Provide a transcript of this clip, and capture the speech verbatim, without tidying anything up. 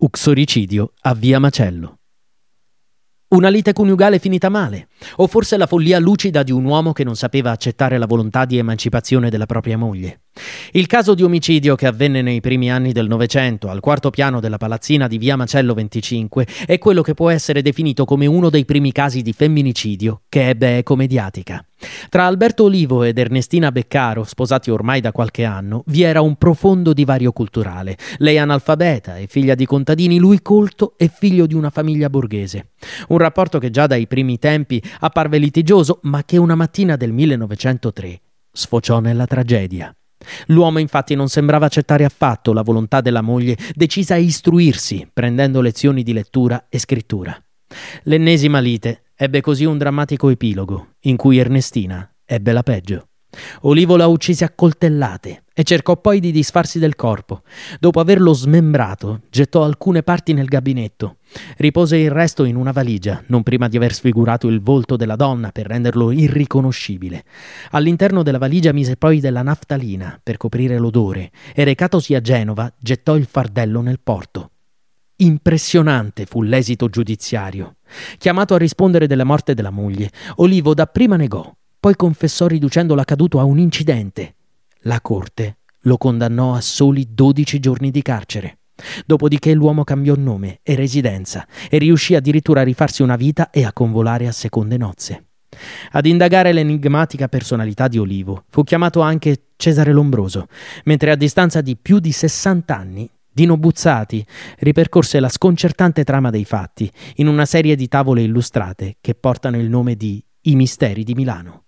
Uxoricidio a Via Macello. Una lite coniugale finita male, o forse la follia lucida di un uomo che non sapeva accettare la volontà di emancipazione della propria moglie. Il caso di omicidio che avvenne nei primi anni del Novecento al quarto piano della palazzina di Via Macello venticinque è quello che può essere definito come uno dei primi casi di femminicidio che ebbe eco mediatica. Tra Alberto Olivo ed Ernestina Beccaro, sposati ormai da qualche anno, vi era un profondo divario culturale. Lei analfabeta e figlia di contadini, lui colto e figlio di una famiglia borghese. Un rapporto che già dai primi tempi apparve litigioso, ma che una mattina del millenovecentotre sfociò nella tragedia. L'uomo infatti non sembrava accettare affatto la volontà della moglie, decisa a istruirsi, prendendo lezioni di lettura e scrittura. L'ennesima lite ebbe così un drammatico epilogo, in cui Ernestina ebbe la peggio. Olivo la uccise a coltellate e cercò poi di disfarsi del corpo. Dopo averlo smembrato, gettò alcune parti nel gabinetto. Ripose il resto in una valigia, non prima di aver sfigurato il volto della donna per renderlo irriconoscibile. All'interno della valigia mise poi della naftalina per coprire l'odore e, recatosi a Genova, gettò il fardello nel porto. Impressionante fu l'esito giudiziario. Chiamato a rispondere della morte della moglie, Olivo dapprima negò, poi confessò riducendo l'accaduto a un incidente. La corte lo condannò a soli dodici giorni di carcere. Dopodiché l'uomo cambiò nome e residenza e riuscì addirittura a rifarsi una vita e a convolare a seconde nozze. Ad indagare l'enigmatica personalità di Olivo fu chiamato anche Cesare Lombroso, mentre a distanza di più di sessanta anni Dino Buzzati ripercorse la sconcertante trama dei fatti in una serie di tavole illustrate che portano il nome di I misteri di Milano.